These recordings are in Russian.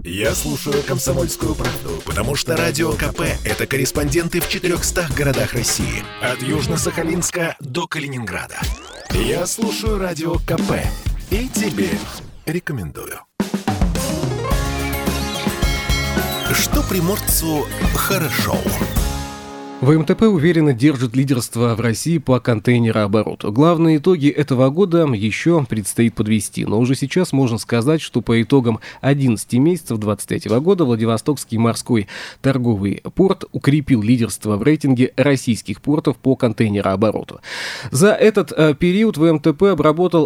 Я слушаю «Комсомольскую правду», потому что Радио КП – это корреспонденты в 400 городах России. От Южно-Сахалинска до Калининграда. Я слушаю Радио КП и тебе рекомендую. Что приморцу хорошо. ВМТП уверенно держит лидерство в России по контейнерообороту. Главные итоги этого года еще предстоит подвести, но уже сейчас можно сказать, что по итогам 11 месяцев 2023 года Владивостокский морской торговый порт укрепил лидерство в рейтинге российских портов по контейнерообороту. За этот период ВМТП обработал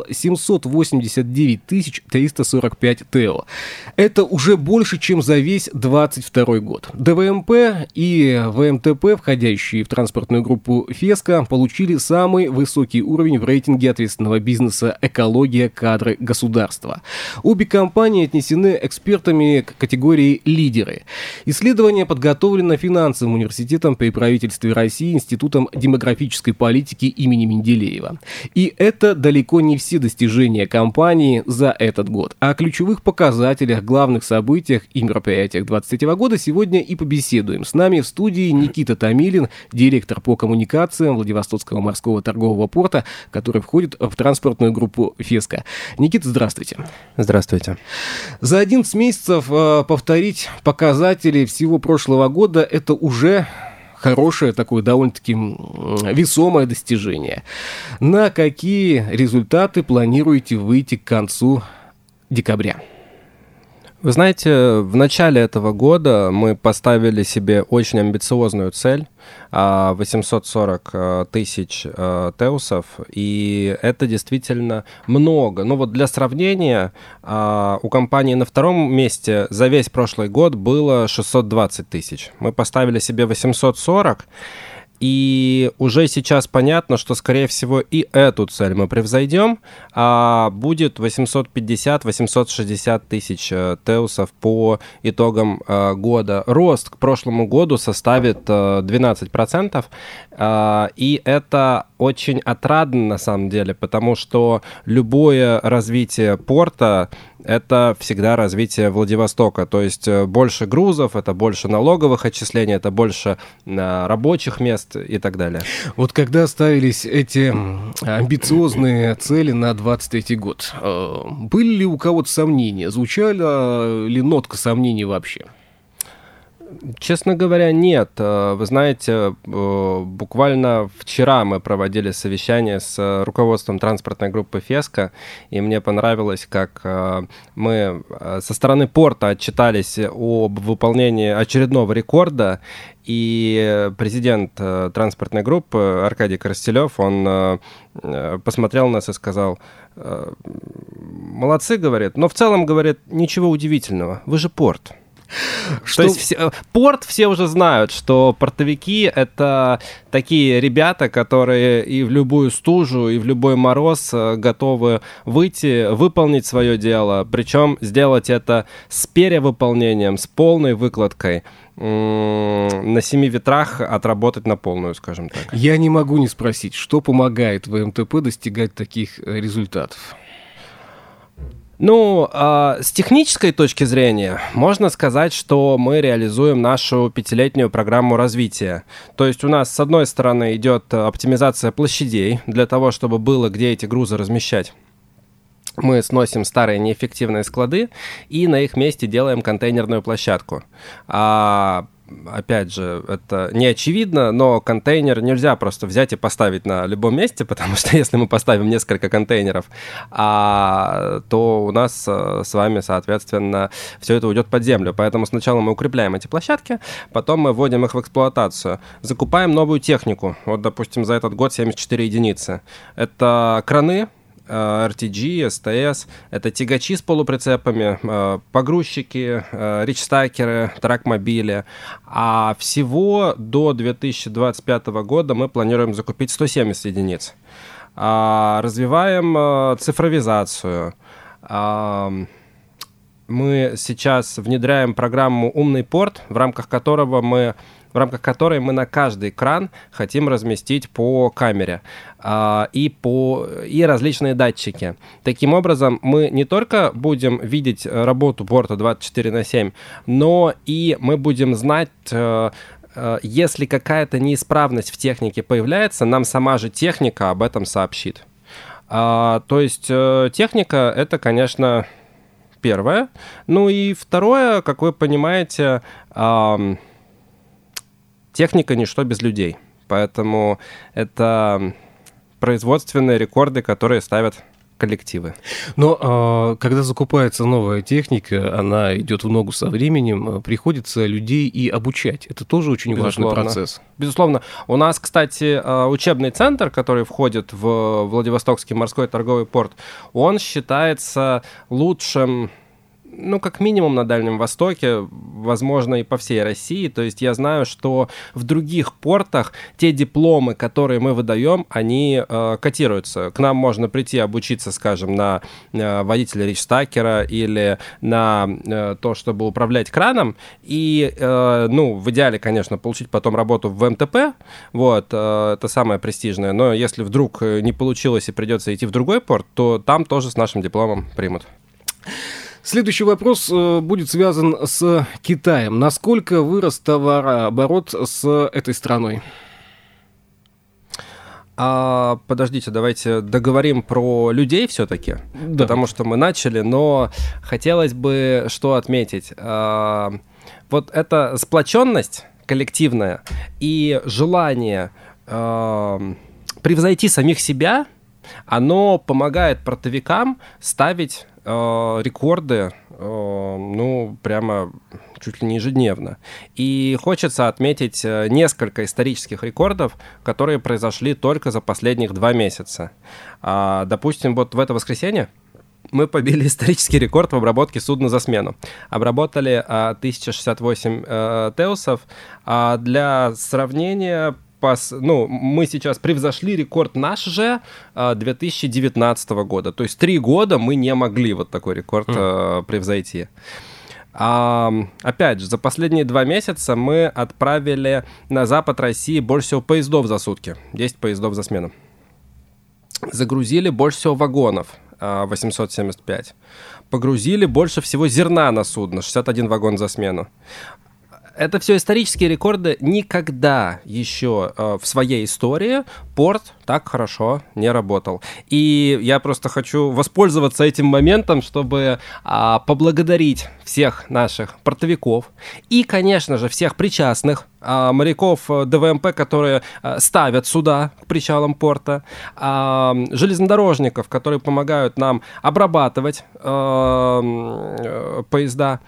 789 345 ТЭО. Это уже больше, чем за весь 2022 год. ДВМП и ВМТП, входящие в транспортную группу «Феска», получили самый высокий уровень в рейтинге ответственного бизнеса «Экология, кадры, государства». Обе компании отнесены экспертами к категории «Лидеры». Исследование подготовлено финансовым университетом при правительстве России, Институтом демографической политики имени Менделеева. И это далеко не все достижения компании за этот год. О ключевых показателях, главных событиях и мероприятиях 2023 года сегодня и побеседуем. С нами в студии Никита Томилин, директор по коммуникациям Владивостокского морского торгового порта, который входит в транспортную группу «Феска». Никита, здравствуйте. Здравствуйте. За 11 месяцев повторить показатели всего прошлого года – это уже хорошее, такое довольно-таки весомое достижение. На какие результаты планируете выйти к концу декабря? Вы знаете, в начале этого года мы поставили себе очень амбициозную цель – 840 тысяч теусов, и это действительно много. Ну вот для сравнения, у компании на втором месте за весь прошлый год было 620 тысяч. Мы поставили себе 840. И уже сейчас понятно, что, скорее всего, и эту цель мы превзойдем, а будет 850-860 тысяч теусов по итогам года. Рост к прошлому году составит 12%, и это очень отрадно на самом деле, потому что любое развитие порта – это всегда развитие Владивостока, то есть больше грузов, это больше налоговых отчислений, это больше рабочих мест и так далее. Вот когда ставились эти амбициозные цели на 2023 год, были ли у кого-то сомнения? Звучала ли нотка сомнений вообще? Честно говоря, нет. Вы знаете, буквально вчера мы проводили совещание с руководством транспортной группы «Феска», и мне понравилось, как мы со стороны порта отчитались об выполнении очередного рекорда, и президент транспортной группы Аркадий Коростелев, он посмотрел на нас и сказал: «Молодцы, — говорит, — но в целом, — говорит, — ничего удивительного, вы же порт». То есть порт все уже знают, что портовики — это такие ребята, которые и в любую стужу, и в любой мороз готовы выйти, выполнить свое дело, причем сделать это с перевыполнением, с полной выкладкой, на 7 ветрах отработать на полную, скажем так. Я не могу не спросить, что помогает ВМТП достигать таких результатов? Ну, с технической точки зрения можно сказать, что мы реализуем нашу 5-летнюю программу развития. То есть у нас, с одной стороны, идет оптимизация площадей для того, чтобы было где эти грузы размещать. Мы сносим старые неэффективные склады и на их месте делаем контейнерную площадку. Опять же, это не очевидно, но контейнер нельзя просто взять и поставить на любом месте, потому что если мы поставим несколько контейнеров, то у нас с вами, соответственно, все это уйдет под землю. Поэтому сначала мы укрепляем эти площадки, потом мы вводим их в эксплуатацию, закупаем новую технику. Вот, допустим, за этот год 74 единицы. Это краны, RTG, STS, это тягачи с полуприцепами, погрузчики, ричстакеры, трак-мобили. А всего до 2025 года мы планируем закупить 170 единиц. Развиваем цифровизацию. Мы сейчас внедряем программу «Умный порт», в рамках которого мы в рамках которой мы на каждый кран хотим разместить по камере и различные датчики. Таким образом, мы не только будем видеть работу порта 24/7, но и мы будем знать, если какая-то неисправность в технике появляется, нам сама же техника об этом сообщит. То есть техника — это, конечно, первое. Ну и второе, как вы понимаете, техника — ничто без людей. Поэтому это производственные рекорды, которые ставят коллективы. Но когда закупается новая техника, она идет в ногу со временем, приходится людей и обучать. Это тоже очень важный процесс. Безусловно. У нас, кстати, учебный центр, который входит в Владивостокский морской торговый порт, он считается лучшим, ну, как минимум на Дальнем Востоке, возможно, и по всей России. То есть я знаю, что в других портах те дипломы, которые мы выдаем, они котируются. К нам можно прийти обучиться, скажем, на водителя ричстакера или на то, чтобы управлять краном. И, ну, в идеале, конечно, получить потом работу в МТП. Вот, это самое престижное. Но если вдруг не получилось и придется идти в другой порт, то там тоже с нашим дипломом примут. Следующий вопрос будет связан с Китаем. Насколько вырос товарооборот с этой страной? Подождите, давайте договорим про людей все-таки, да. Потому что мы начали, но хотелось бы что отметить. Вот эта сплоченность коллективная и желание превзойти самих себя, оно помогает портовикам ставить рекорды, ну, прямо чуть ли не ежедневно. И хочется отметить несколько исторических рекордов, которые произошли только за последних 2 месяца. Допустим, вот в это воскресенье мы побили исторический рекорд в обработке судна за смену. Обработали 1068 теусов. Для сравнения, ну, мы сейчас превзошли рекорд наш же 2019 года. То есть 3 года мы не могли вот такой рекорд превзойти. Опять же, за последние 2 месяца мы отправили на запад России больше всего поездов за сутки. 10 поездов за смену. Загрузили больше всего вагонов. 875. Погрузили больше всего зерна на судно. 61 вагон за смену. Это все исторические рекорды. Никогда еще в своей истории порт так хорошо не работал. И я просто хочу воспользоваться этим моментом, чтобы поблагодарить всех наших портовиков и, конечно же, всех причастных, моряков ДВМП, которые ставят суда к причалам порта, железнодорожников, которые помогают нам обрабатывать поезда,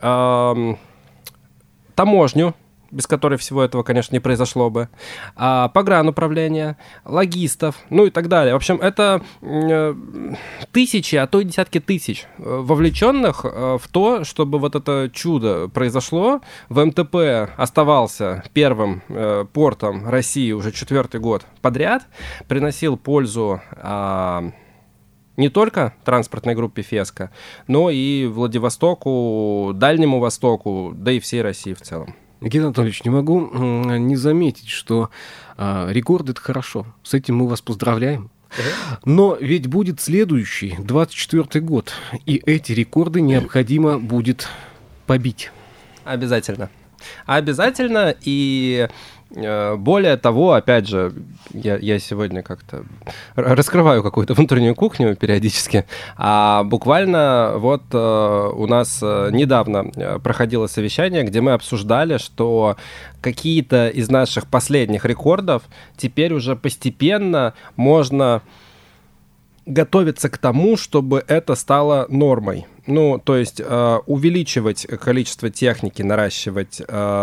таможню, без которой всего этого, конечно, не произошло бы, погрануправление, логистов, ну и так далее. В общем, это тысячи, а то и десятки тысяч вовлеченных в то, чтобы вот это чудо произошло. В МТП оставался первым портом России уже 4-й год подряд, приносил пользу не только транспортной группе «Феска», но и Владивостоку, Дальнему Востоку, да и всей России в целом. Никита Анатольевич, не могу не заметить, что рекорд — это хорошо. С этим мы вас поздравляем. Но ведь будет следующий, 24-й год, и эти рекорды необходимо будет побить. Обязательно. Обязательно, и более того, опять же, я сегодня как-то раскрываю какую-то внутреннюю кухню периодически, буквально вот у нас недавно проходило совещание, где мы обсуждали, что какие-то из наших последних рекордов теперь уже постепенно можно готовиться к тому, чтобы это стало нормой. Ну, то есть увеличивать количество техники, наращивать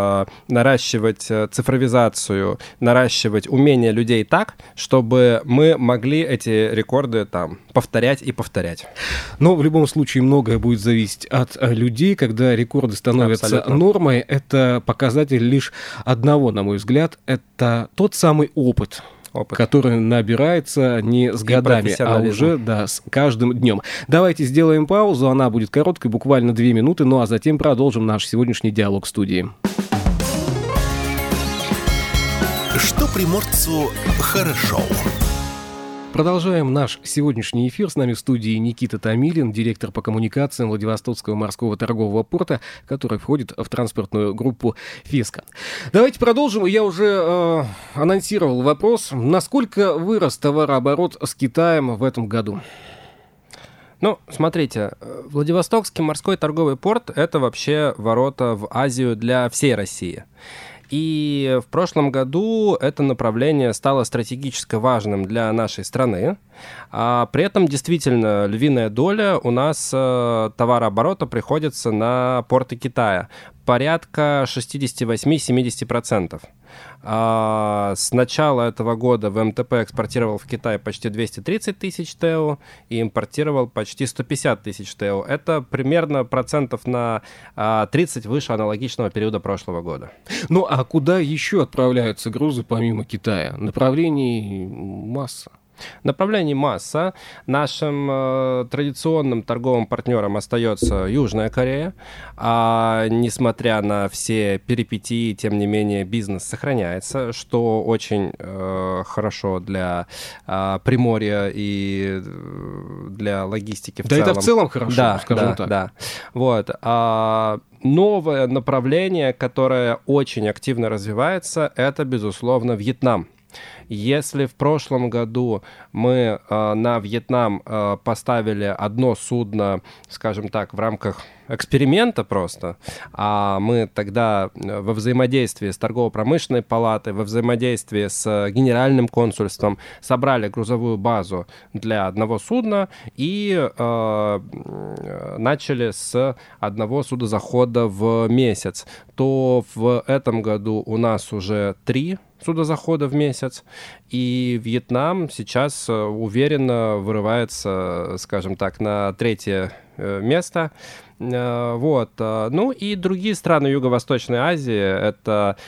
цифровизацию, наращивать умения людей так, чтобы мы могли эти рекорды там повторять и повторять. Но в любом случае многое будет зависеть от людей. Когда рекорды становятся абсолютно нормой, это показатель лишь одного, на мой взгляд, это тот самый опыт, который набирается не с годами, а уже с каждым днем. Давайте сделаем паузу, она будет короткой, буквально 2 минуты, ну а затем продолжим наш сегодняшний диалог в студии. что приморцу хорошо. Продолжаем наш сегодняшний эфир. С нами в студии Никита Томилин, директор по коммуникациям Владивостокского морского торгового порта, который входит в транспортную группу «Феска». Давайте продолжим. Я уже анонсировал вопрос. Насколько вырос товарооборот с Китаем в этом году? Ну, смотрите, Владивостокский морской торговый порт – это вообще ворота в Азию для всей России. И в прошлом году это направление стало стратегически важным для нашей страны. А при этом действительно львиная доля у нас товарооборота приходится на порты Китая. Порядка 68-70%. С начала этого года ВМТП экспортировал в Китай почти 230 тысяч ТЭУ и импортировал почти 150 тысяч ТЭУ. Это примерно процентов на 30 выше аналогичного периода прошлого года. Ну а куда еще отправляются грузы помимо Китая? Направлений масса. Направлений масса. Нашим традиционным торговым партнером остается Южная Корея. Несмотря на все перипетии, тем не менее, бизнес сохраняется, что очень хорошо для Приморья и для логистики в целом. Да, это в целом хорошо, да, скажем так. Да. Вот. Новое направление, которое очень активно развивается, это, безусловно, Вьетнам. Если в прошлом году мы на Вьетнам поставили одно судно, скажем так, в рамках эксперимента просто, а мы тогда во взаимодействии с торгово-промышленной палатой, во взаимодействии с генеральным консульством собрали грузовую базу для одного судна и начали с одного судозахода в месяц, то в этом году у нас уже 3 судозахода в месяц, и Вьетнам сейчас уверенно вырывается, скажем так, на 3-е место. Вот. Ну и другие страны Юго-Восточной Азии, это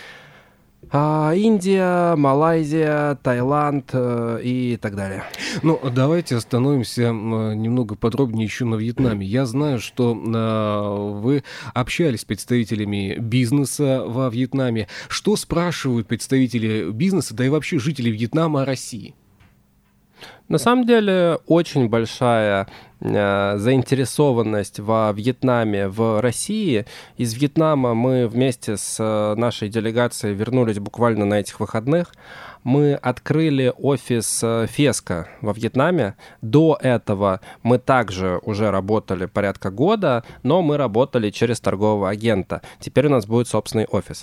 Индия, Малайзия, Таиланд и так далее. Ну, давайте остановимся немного подробнее еще на Вьетнаме. Я знаю, что вы общались с представителями бизнеса во Вьетнаме. Что спрашивают представители бизнеса, да и вообще жители Вьетнама о России? На самом деле очень большая заинтересованность во Вьетнаме, в России. Из Вьетнама мы вместе с нашей делегацией вернулись буквально на этих выходных. Мы открыли офис Феска во Вьетнаме. До этого мы также уже работали порядка года, но мы работали через торгового агента. Теперь у нас будет собственный офис.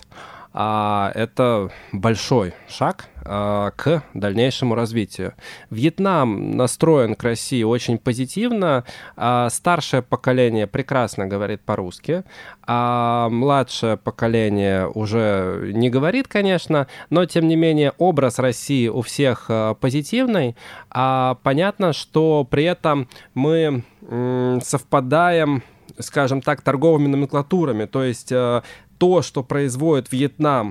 Это большой шаг к дальнейшему развитию. Вьетнам настроен к России очень позитивно. Старшее поколение прекрасно говорит по-русски, а младшее поколение уже не говорит, конечно, но тем не менее образ России у всех позитивный. Понятно, что при этом мы совпадаем, скажем так, торговыми номенклатурами, то есть то, что производит Вьетнам,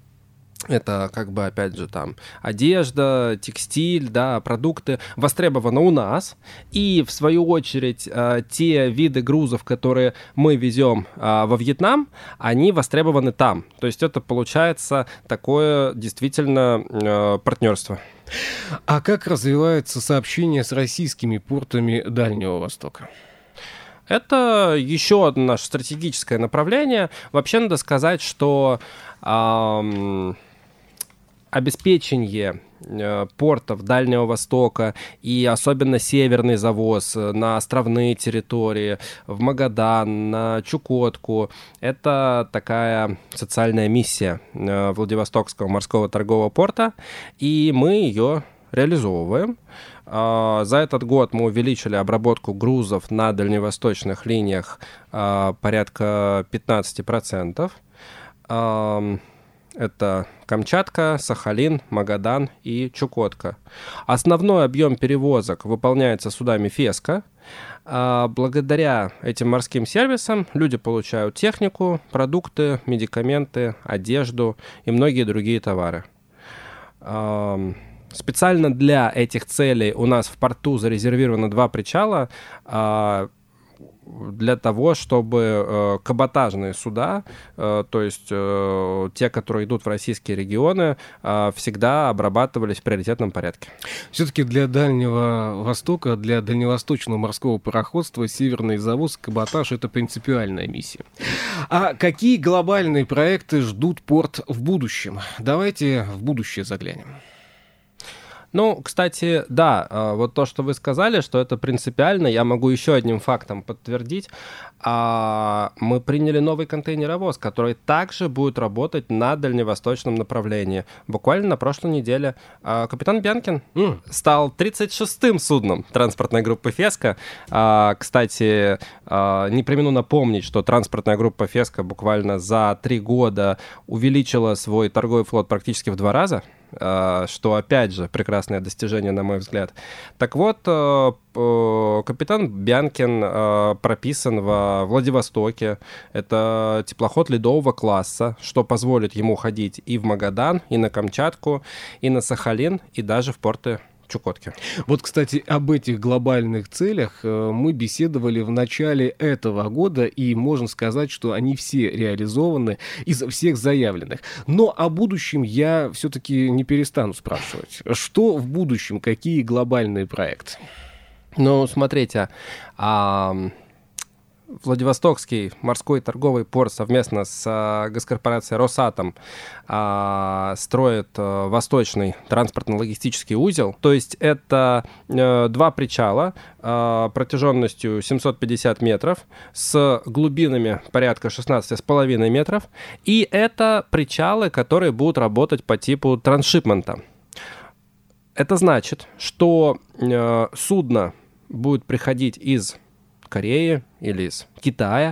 это как бы, опять же, там одежда, текстиль, да, продукты востребованы у нас. И, в свою очередь, те виды грузов, которые мы везем во Вьетнам, они востребованы там. То есть это получается такое действительно партнерство. А как развивается сообщение с российскими портами Дальнего Востока? Это еще одно наше стратегическое направление. Вообще надо сказать, что обеспечение портов Дальнего Востока и особенно северный завоз на островные территории, в Магадан, на Чукотку, это такая социальная миссия Владивостокского морского торгового порта, и мы ее реализовываем. За этот год мы увеличили обработку грузов на дальневосточных линиях порядка 15%. Это Камчатка, Сахалин, Магадан и Чукотка. Основной объем перевозок выполняется судами Феска. Благодаря этим морским сервисам люди получают технику, продукты, медикаменты, одежду и многие другие товары. Специально для этих целей у нас в порту зарезервировано 2 причала. для того, чтобы каботажные суда, то есть те, которые идут в российские регионы, всегда обрабатывались в приоритетном порядке. Все-таки для Дальнего Востока, для дальневосточного морского пароходства северный завоз, каботаж — это принципиальная миссия. А какие глобальные проекты ждут порт в будущем? Давайте в будущее заглянем. Ну, кстати, да, вот то, что вы сказали, что это принципиально, я могу еще одним фактом подтвердить. Мы приняли новый контейнеровоз, который также будет работать на дальневосточном направлении. Буквально на прошлой неделе капитан Бянкин стал 36-м судном транспортной группы «Феска». Кстати, не премину напомнить, что транспортная группа «Феска» буквально за 3 года увеличила свой торговый флот практически в 2 раза. Что, опять же, прекрасное достижение, на мой взгляд. Так вот, капитан Бянкин прописан во Владивостоке. Это теплоход ледового класса, что позволит ему ходить и в Магадан, и на Камчатку, и на Сахалин, и даже в порты Чукотки. Вот, кстати, об этих глобальных целях мы беседовали в начале этого года, и можно сказать, что они все реализованы из всех заявленных. Но о будущем я все-таки не перестану спрашивать. Что в будущем, какие глобальные проекты? Ну, смотрите, Владивостокский морской торговый порт совместно с госкорпорацией «Росатом» строит восточный транспортно-логистический узел. То есть это 2 причала протяженностью 750 метров с глубинами порядка 16,5 метров. И это причалы, которые будут работать по типу трансшипмента. Это значит, что судно будет приходить из Кореи или из Китая,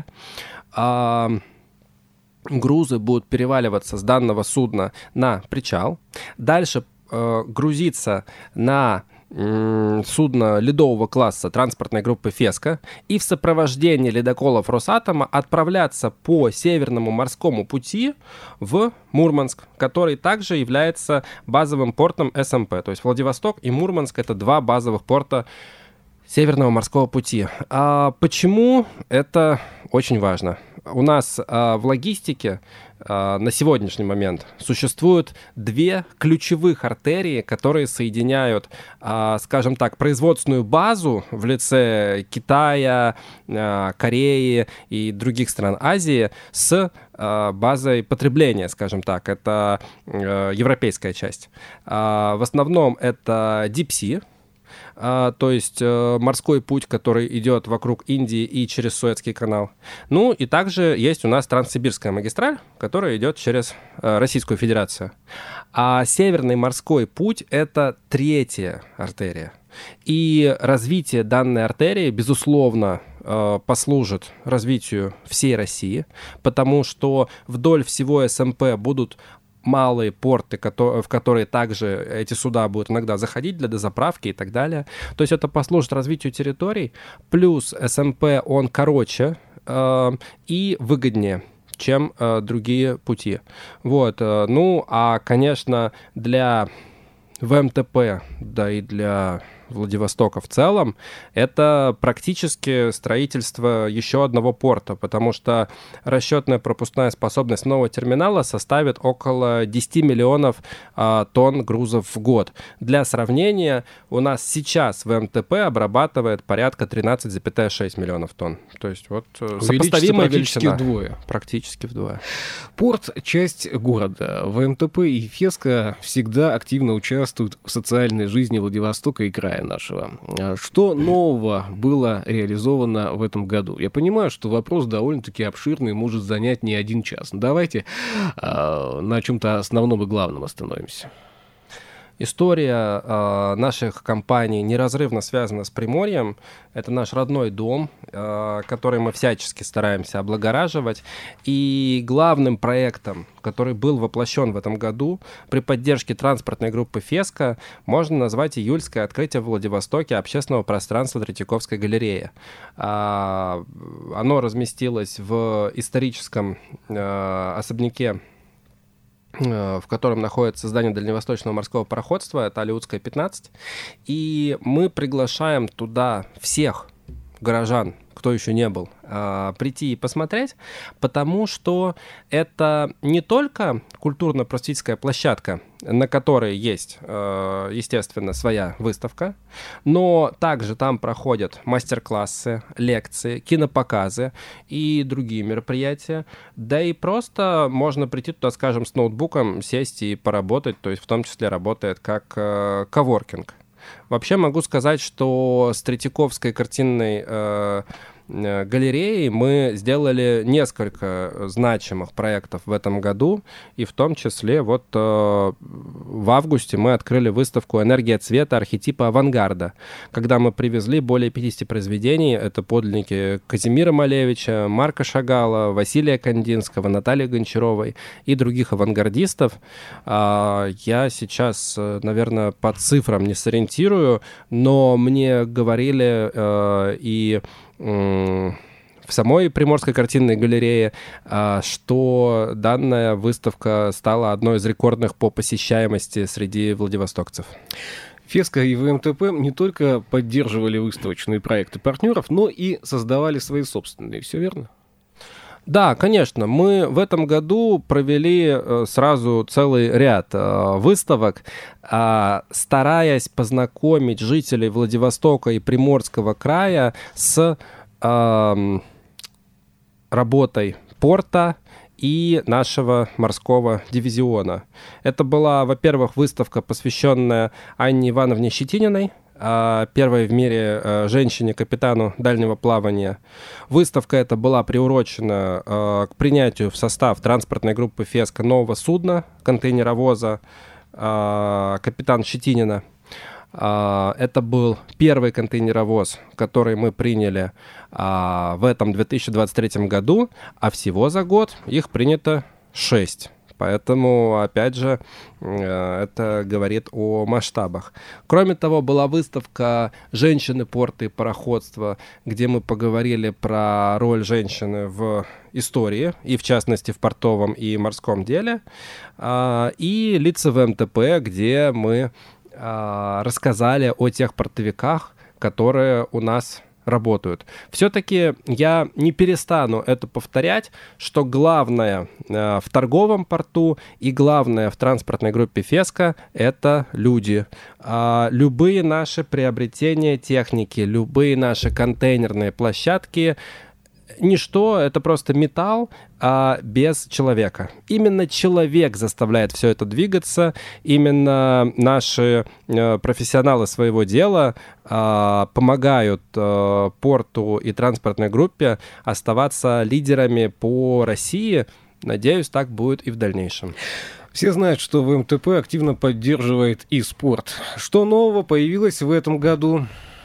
грузы будут переваливаться с данного судна на причал, дальше грузиться на судно ледового класса транспортной группы «Феска» и в сопровождении ледоколов «Росатома» отправляться по Северному морскому пути в Мурманск, который также является базовым портом СМП. То есть Владивосток и Мурманск — это 2 базовых порта Северного морского пути. Почему это очень важно? У нас в логистике на сегодняшний момент существуют 2 ключевых артерии, которые соединяют, скажем так, производственную базу в лице Китая, Кореи и других стран Азии с базой потребления, скажем так. Это европейская часть. В основном это Deep Sea, то есть морской путь, который идет вокруг Индии и через Суэцкий канал. Ну и также есть у нас Транссибирская магистраль, которая идет через Российскую Федерацию. А Северный морской путь — это 3-я артерия. И развитие данной артерии, безусловно, послужит развитию всей России, потому что вдоль всего СМП будут малые порты, в которые также эти суда будут иногда заходить для дозаправки и так далее. То есть это послужит развитию территорий. Плюс СМП, он короче и выгоднее, чем другие пути. Вот. Ну, а, конечно, для ВМТП, да и для Владивостока в целом, это практически строительство еще одного порта, потому что расчетная пропускная способность нового терминала составит около 10 миллионов тонн грузов в год. Для сравнения, у нас сейчас ВМТП обрабатывает порядка 13,6 миллионов тонн. То есть вот сопоставимая величина. Вдвое. Практически вдвое. Порт — часть города. ВМТП и Феска всегда активно участвуют в социальной жизни Владивостока и края нашего. Что нового было реализовано в этом году? Я понимаю, что вопрос довольно-таки обширный, может занять не 1 час. Но давайте на чем-то основном и главном остановимся. История наших компаний неразрывно связана с Приморьем. Это наш родной дом, который мы всячески стараемся облагораживать. И главным проектом, который был воплощен в этом году при поддержке транспортной группы «Феска», можно назвать июльское открытие в Владивостоке общественного пространства Третьяковской галереи. Оно разместилось в историческом особняке, в котором находится здание Дальневосточного морского пароходства, это Алиутская, 15. И мы приглашаем туда всех горожан, кто кто еще не был, прийти и посмотреть, потому что это не только культурно-просветительская площадка, на которой есть, естественно, своя выставка, но также там проходят мастер-классы, лекции, кинопоказы и другие мероприятия. Да и просто можно прийти туда, скажем, с ноутбуком, сесть и поработать, то есть в том числе работает как коворкинг. Вообще могу сказать, что с Третьяковской картинной галереей мы сделали несколько значимых проектов в этом году, и в том числе вот в августе мы открыли выставку «Энергия цвета. Архетипы авангарда», когда мы привезли более 50 произведений. Это подлинники Казимира Малевича, Марка Шагала, Василия Кандинского, Натальи Гончаровой и других авангардистов. Я сейчас, наверное, по цифрам не сориентирую, но мне говорили и в самой Приморской картинной галерее, что данная выставка стала одной из рекордных по посещаемости среди владивостокцев. Феска и ВМТП не только поддерживали выставочные проекты партнеров, но и создавали свои собственные. Все верно? Да, конечно. Мы в этом году провели сразу целый ряд выставок, стараясь познакомить жителей Владивостока и Приморского края с работой порта и нашего морского дивизиона. Это была, во-первых, выставка, посвященная Анне Ивановне Щетининой, первой в мире женщине-капитану дальнего плавания. Выставка эта была приурочена к принятию в состав транспортной группы «Феска» нового судна, контейнеровоза «Капитан Щетинина». Это был первый контейнеровоз, который мы приняли в этом 2023 году, а всего за год их принято 6. Поэтому, опять же, это говорит о масштабах. Кроме того, была выставка «Женщины, порты и пароходство», где мы поговорили про роль женщины в истории, и в частности в портовом и морском деле, и «Лица ВМТП», где мы рассказали о тех портовиках, которые у нас работают. Все-таки я не перестану это повторять, что главное в торговом порту и главное в транспортной группе «Феска» — это люди. Любые наши приобретения техники, любые наши контейнерные площадки — ничто, это просто металл, без человека. Именно человек заставляет все это двигаться, именно наши профессионалы своего дела помогают порту и транспортной группе оставаться лидерами по России. Надеюсь, так будет и в дальнейшем. Все знают, что ВМТП активно поддерживает и спорт. Что нового появилось в этом году?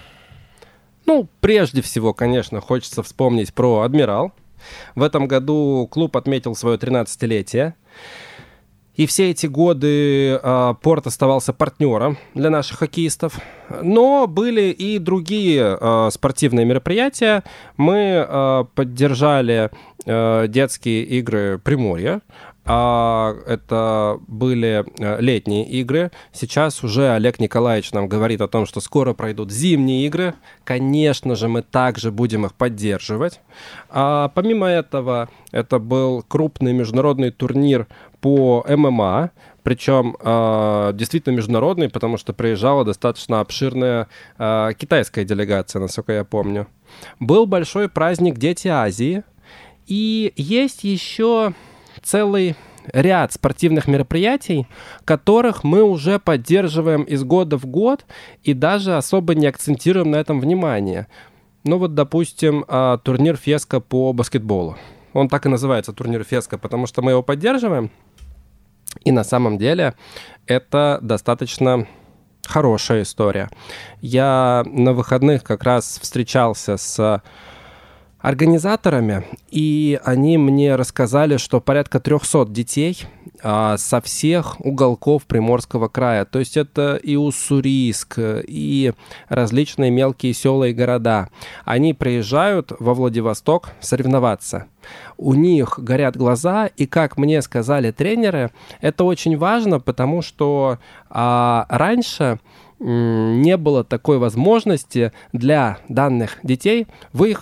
Прежде всего, конечно, хочется вспомнить про «Адмирал». В этом году клуб отметил свое 13-летие. И все эти годы порт оставался партнером для наших хоккеистов. Но были и другие спортивные мероприятия. Мы поддержали детские игры Приморья. Это были летние игры. Сейчас уже Олег Николаевич нам говорит о том, что скоро пройдут зимние игры. Конечно же, мы также будем их поддерживать. Помимо этого, это был крупный международный турнир по ММА. Причем действительно международный, потому что приезжала достаточно обширная китайская делегация, насколько я помню. Был большой праздник «Дети Азии». И есть еще целый ряд спортивных мероприятий, которых мы уже поддерживаем из года в год и даже особо не акцентируем на этом внимание. Допустим, турнир «Феска» по баскетболу. Он так и называется, турнир «Феска», потому что мы его поддерживаем. И на самом деле это достаточно хорошая история. Я на выходных как раз встречался с организаторами, и они мне рассказали, что порядка 300 детей со всех уголков Приморского края. То есть это и Уссурийск, и различные мелкие села и города. Они приезжают во Владивосток соревноваться. У них горят глаза, и, как мне сказали тренеры, это очень важно, потому что раньше не было такой возможности для данных детей выехать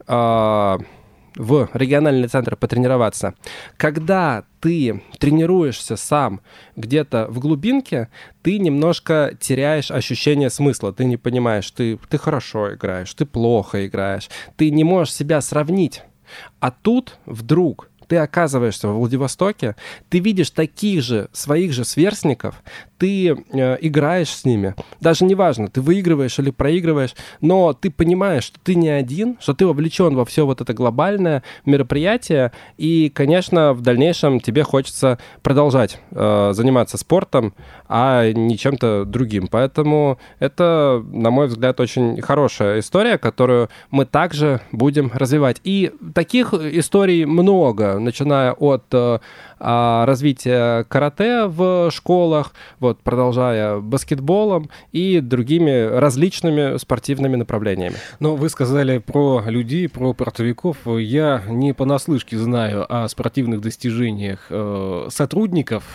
в региональный центр потренироваться. Когда ты тренируешься сам где-то в глубинке, ты немножко теряешь ощущение смысла. Ты не понимаешь, ты хорошо играешь, ты плохо играешь. Ты не можешь себя сравнить. А тут вдруг ты оказываешься во Владивостоке, ты видишь таких же, своих же сверстников, ты играешь с ними. Даже неважно, ты выигрываешь или проигрываешь, но ты понимаешь, что ты не один, что ты вовлечен во все вот это глобальное мероприятие, и, конечно, в дальнейшем тебе хочется продолжать заниматься спортом, а не чем-то другим. Поэтому это, на мой взгляд, очень хорошая история, которую мы также будем развивать. И таких историй много, начиная от развития карате в школах, вот, продолжая баскетболом и другими различными спортивными направлениями. Но вы сказали про людей, про портовиков. Я не понаслышке знаю о спортивных достижениях сотрудников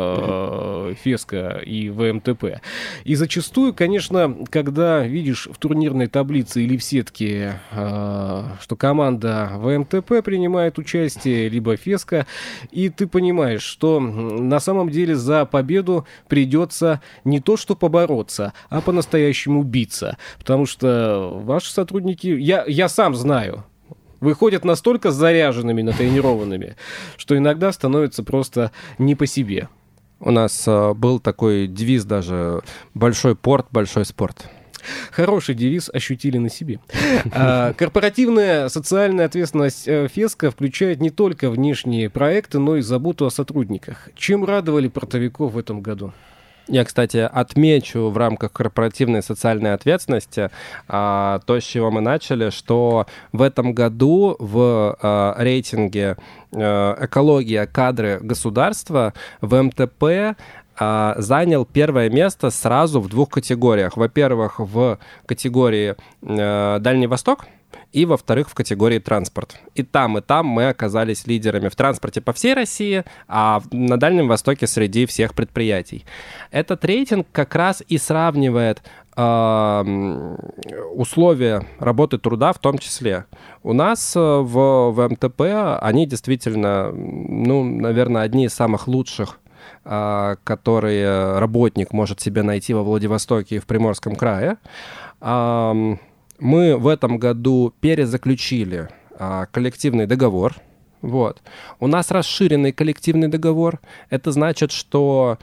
ФЕСКО и ВМТП. И зачастую, конечно, когда видишь в турнирной таблице или в сетке, что команда ВМТП принимает участие, либо ФЕСКО, и ты понимаешь, что на самом деле за победу придется не то что побороться, а по-настоящему биться. Потому что ваши сотрудники, я сам знаю, выходят настолько заряженными, натренированными, что иногда становится просто не по себе. У нас был такой девиз даже «Большой порт, большой спорт». Хороший девиз ощутили на себе. Корпоративная социальная ответственность ФЕСКО включает не только внешние проекты, но и заботу о сотрудниках. Чем радовали портовиков в этом году? Я, кстати, отмечу в рамках корпоративной социальной ответственности то, с чего мы начали, что в этом году в рейтинге «Экология, кадры, государства» ВМТП занял первое место сразу в двух категориях. Во-первых, в категории «Дальний Восток», и, во-вторых, в категории «Транспорт». И там мы оказались лидерами в транспорте по всей России, а на Дальнем Востоке среди всех предприятий. Этот рейтинг как раз и сравнивает условия работы труда в том числе. У нас в МТП они действительно, наверное, одни из самых лучших, которые работник может себе найти во Владивостоке и в Приморском крае. Мы в этом году перезаключили коллективный договор. Вот. У нас расширенный коллективный договор. Это значит, что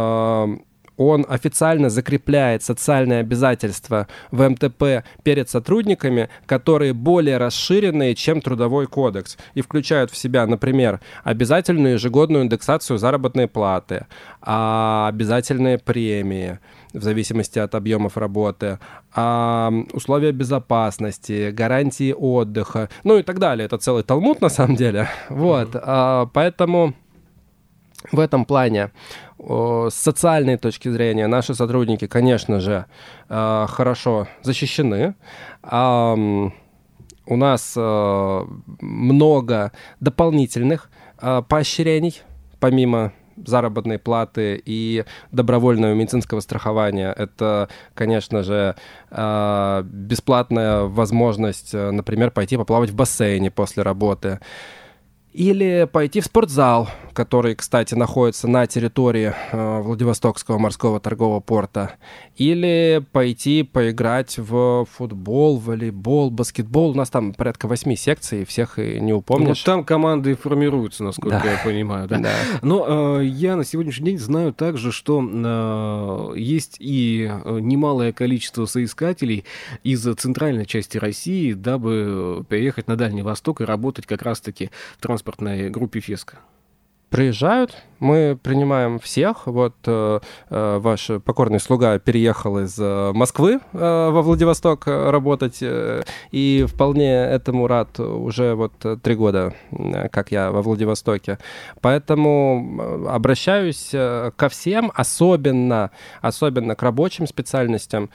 он официально закрепляет социальные обязательства в МТП перед сотрудниками, которые более расширенные, чем Трудовой кодекс, и включают в себя, например, обязательную ежегодную индексацию заработной платы, обязательные премии в зависимости от объемов работы, условия безопасности, гарантии отдыха, и так далее. Это целый талмуд на самом деле. Вот. Поэтому в этом плане с социальной точки зрения наши сотрудники, конечно же, хорошо защищены. У нас много дополнительных поощрений, помимо заработной платы и добровольного медицинского страхования. Это, конечно же, бесплатная возможность, например, пойти поплавать в бассейне после работы. Или пойти в спортзал, который, кстати, находится на территории Владивостокского морского торгового порта. Или пойти поиграть в футбол, волейбол, баскетбол. У нас там порядка 8 секций, всех и не упомнишь. Вот там команды формируются, насколько я понимаю. Да? Да. Но я на сегодняшний день знаю также, что есть и немалое количество соискателей из центральной части России, дабы переехать на Дальний Восток и работать как раз-таки в транспортной группе ФЕСКО. Приезжают, мы принимаем всех. Вот ваш покорный слуга переехал из Москвы во Владивосток работать, и вполне этому рад уже 3 года, как я во Владивостоке. Поэтому обращаюсь ко всем, особенно к рабочим специальностям.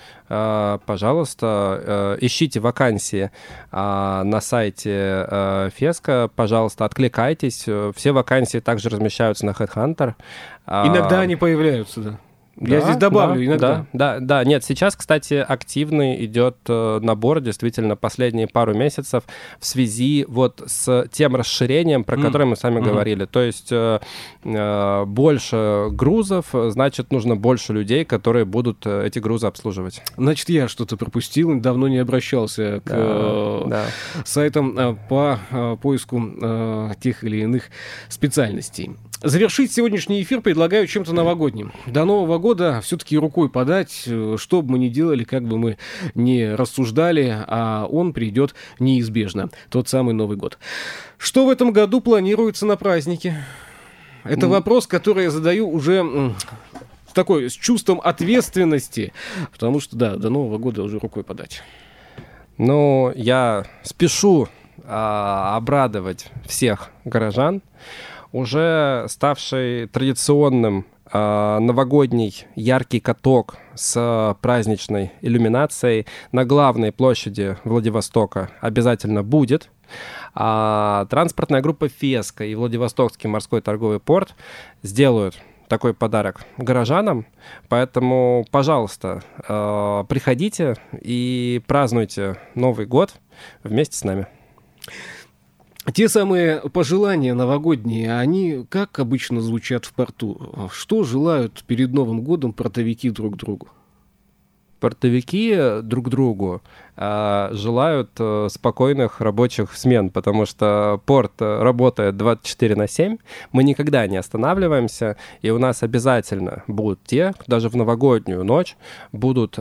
Пожалуйста, ищите вакансии на сайте ФЕСКО, пожалуйста, откликайтесь. Все вакансии также размещаются на HeadHunter. Иногда они появляются, да. Я здесь добавлю иногда. Да. Нет, сейчас, кстати, активный идет набор, действительно, последние пару месяцев в связи вот с тем расширением, про которое мы с вами говорили. То есть больше грузов, значит, нужно больше людей, которые будут эти грузы обслуживать. Значит, я что-то пропустил, давно не обращался к сайтам по поиску тех или иных специальностей. Завершить сегодняшний эфир предлагаю чем-то новогодним. До Нового года все-таки рукой подать, что бы мы ни делали, как бы мы ни рассуждали, а он придет неизбежно, тот самый Новый год. Что в этом году планируется на праздники? Это вопрос, который я задаю уже с чувством ответственности, потому что, до Нового года уже рукой подать. Ну, я спешу обрадовать всех горожан. Уже ставший традиционным новогодний яркий каток с праздничной иллюминацией на главной площади Владивостока обязательно будет. Транспортная группа «Феска» и Владивостокский морской торговый порт сделают такой подарок горожанам. Поэтому, пожалуйста, приходите и празднуйте Новый год вместе с нами. Те самые пожелания новогодние, они как обычно звучат в порту? Что желают перед Новым годом портовики друг другу? Портовики друг другу желают спокойных рабочих смен, потому что порт работает 24/7, мы никогда не останавливаемся, и у нас обязательно будут те, даже в новогоднюю ночь, будут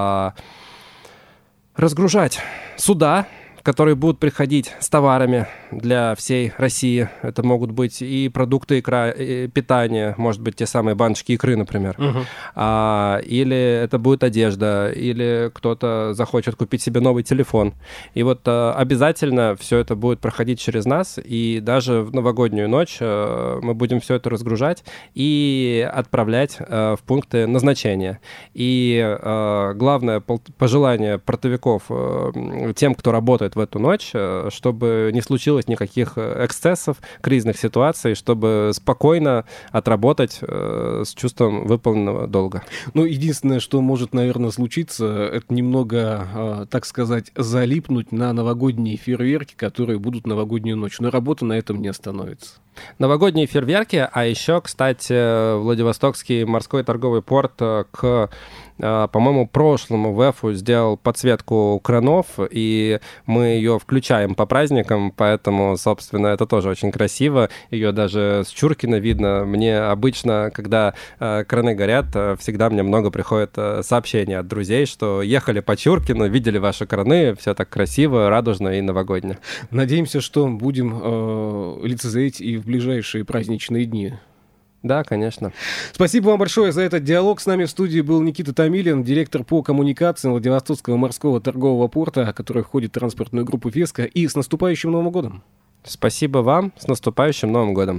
разгружать суда, которые будут приходить с товарами для всей России. Это могут быть и продукты и питания, может быть, те самые баночки икры, например. Или это будет одежда, или кто-то захочет купить себе новый телефон. И вот обязательно все это будет проходить через нас, и даже в новогоднюю ночь мы будем все это разгружать и отправлять в пункты назначения. И главное пожелание портовиков тем, кто работает в эту ночь, чтобы не случилось никаких эксцессов, кризисных ситуаций, чтобы спокойно отработать с чувством выполненного долга. Ну, единственное, что может, наверное, случиться, это немного, так сказать, залипнуть на новогодние фейерверки, которые будут новогоднюю ночь. Но работа на этом не остановится. Новогодние фейерверки, а еще, кстати, Владивостокский морской торговый порт к, по-моему, прошлому ВЭФу сделал подсветку кранов, и мы ее включаем по праздникам, поэтому, собственно, это тоже очень красиво. Ее даже с Чуркина видно. Мне обычно, когда краны горят, всегда мне много приходит сообщений от друзей, что ехали по Чуркину, видели ваши краны, все так красиво, радужно и новогодне. Надеемся, что будем лицезреть и в ближайшие праздничные дни. Да, конечно. Спасибо вам большое за этот диалог. С нами в студии был Никита Томилин, директор по коммуникациям Владивостокского морского торгового порта, который входит в транспортную группу «Феска». И с наступающим Новым годом! Спасибо вам. С наступающим Новым годом!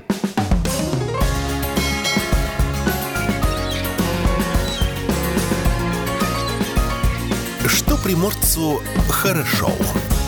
Что приморцу хорошо.